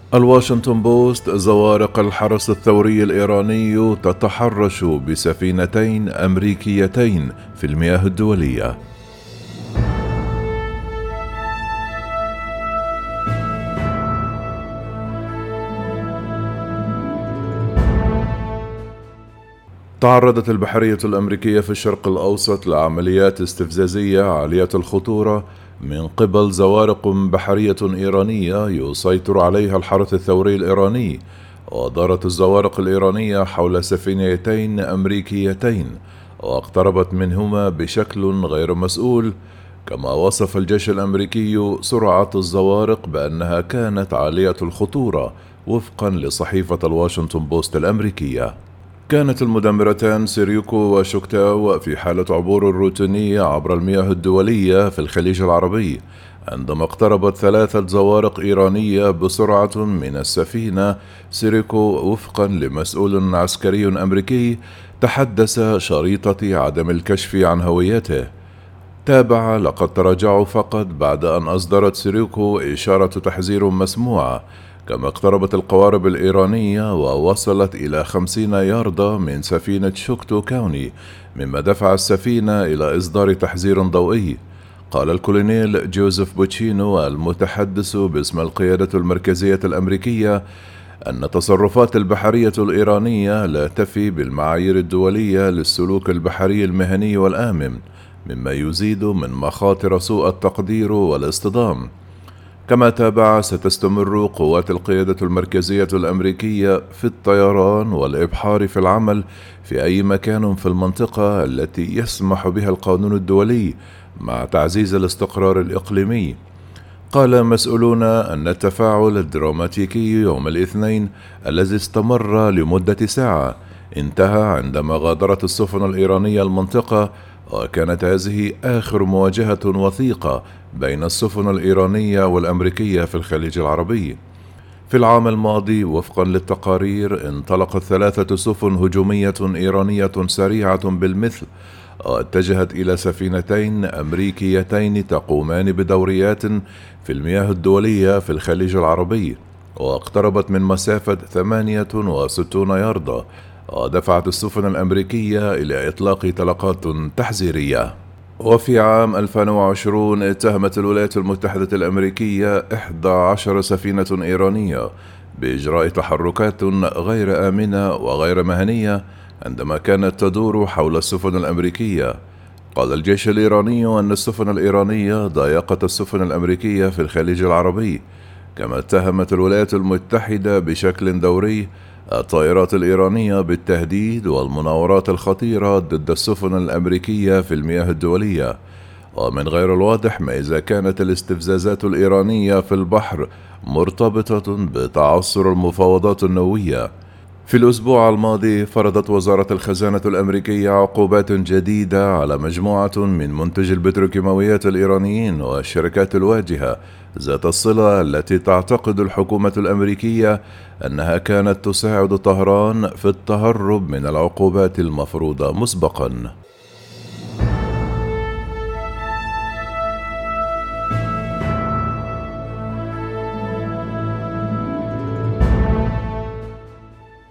الواشنطن بوست: زوارق الحرس الثوري الإيراني تتحرش بسفينتين أمريكيتين في المياه الدولية. تعرضت البحرية الأمريكية في الشرق الأوسط لعمليات استفزازية عالية الخطورة من قبل زوارق بحرية إيرانية يسيطر عليها الحرس الثوري الإيراني، ودارت الزوارق الإيرانية حول سفينتين أمريكيتين واقتربت منهما بشكل غير مسؤول. كما وصف الجيش الأمريكي سرعة الزوارق بأنها كانت عالية الخطورة وفقا لصحيفة الواشنطن بوست الأمريكية. كانت المدمرتان سيريوكو وشوكتاو في حالة عبور روتيني عبر المياه الدولية في الخليج العربي، عندما اقتربت 3 زوارق إيرانية بسرعة من السفينة سيريوكو، وفقا لمسؤول عسكري أمريكي تحدث شريطة عدم الكشف عن هويته. تابع: لقد تراجعوا فقط بعد أن أصدرت سيريوكو إشارة تحذير مسموعة. كما اقتربت القوارب الإيرانية ووصلت إلى 50 ياردة من سفينة شوكتو كاوني، مما دفع السفينة إلى إصدار تحذير ضوئي. قال الكولونيل جوزيف بوتشينو المتحدث باسم القيادة المركزية الأمريكية أن تصرفات البحرية الإيرانية لا تفي بالمعايير الدولية للسلوك البحري المهني والآمن، مما يزيد من مخاطر سوء التقدير والاصطدام. كما تابع: ستستمر قوات القيادة المركزية الأمريكية في الطيران والإبحار في العمل في أي مكان في المنطقة التي يسمح بها القانون الدولي، مع تعزيز الاستقرار الإقليمي. قال مسؤولون أن التفاعل الدراماتيكي يوم الاثنين الذي استمر لمدة ساعة انتهى عندما غادرت السفن الإيرانية المنطقة، وكانت هذه آخر مواجهة وثيقة بين السفن الإيرانية والأمريكية في الخليج العربي. في العام الماضي وفقا للتقارير انطلقت 3 سفن هجومية إيرانية سريعة بالمثل، واتجهت إلى سفينتين أمريكيتين تقومان بدوريات في المياه الدولية في الخليج العربي، واقتربت من مسافة 68 ياردة، ودفعت السفن الأمريكية إلى إطلاق طلقات تحذيرية. وفي عام 2020 اتهمت الولايات المتحدة الأمريكية 11 سفينة إيرانية بإجراء تحركات غير آمنة وغير مهنية عندما كانت تدور حول السفن الأمريكية. قال الجيش الإيراني أن السفن الإيرانية ضايقت السفن الأمريكية في الخليج العربي. كما اتهمت الولايات المتحدة بشكل دوري الطائرات الإيرانية بالتهديد والمناورات الخطيرة ضد السفن الأمريكية في المياه الدولية. ومن غير الواضح ما إذا كانت الاستفزازات الإيرانية في البحر مرتبطة بتعثر المفاوضات النووية. في الأسبوع الماضي فرضت وزارة الخزانة الأمريكية عقوبات جديدة على مجموعة من منتجي البتروكيماويات الإيرانيين والشركات الواجهة ذات الصلة التي تعتقد الحكومة الأمريكية أنها كانت تساعد طهران في التهرب من العقوبات المفروضة مسبقاً.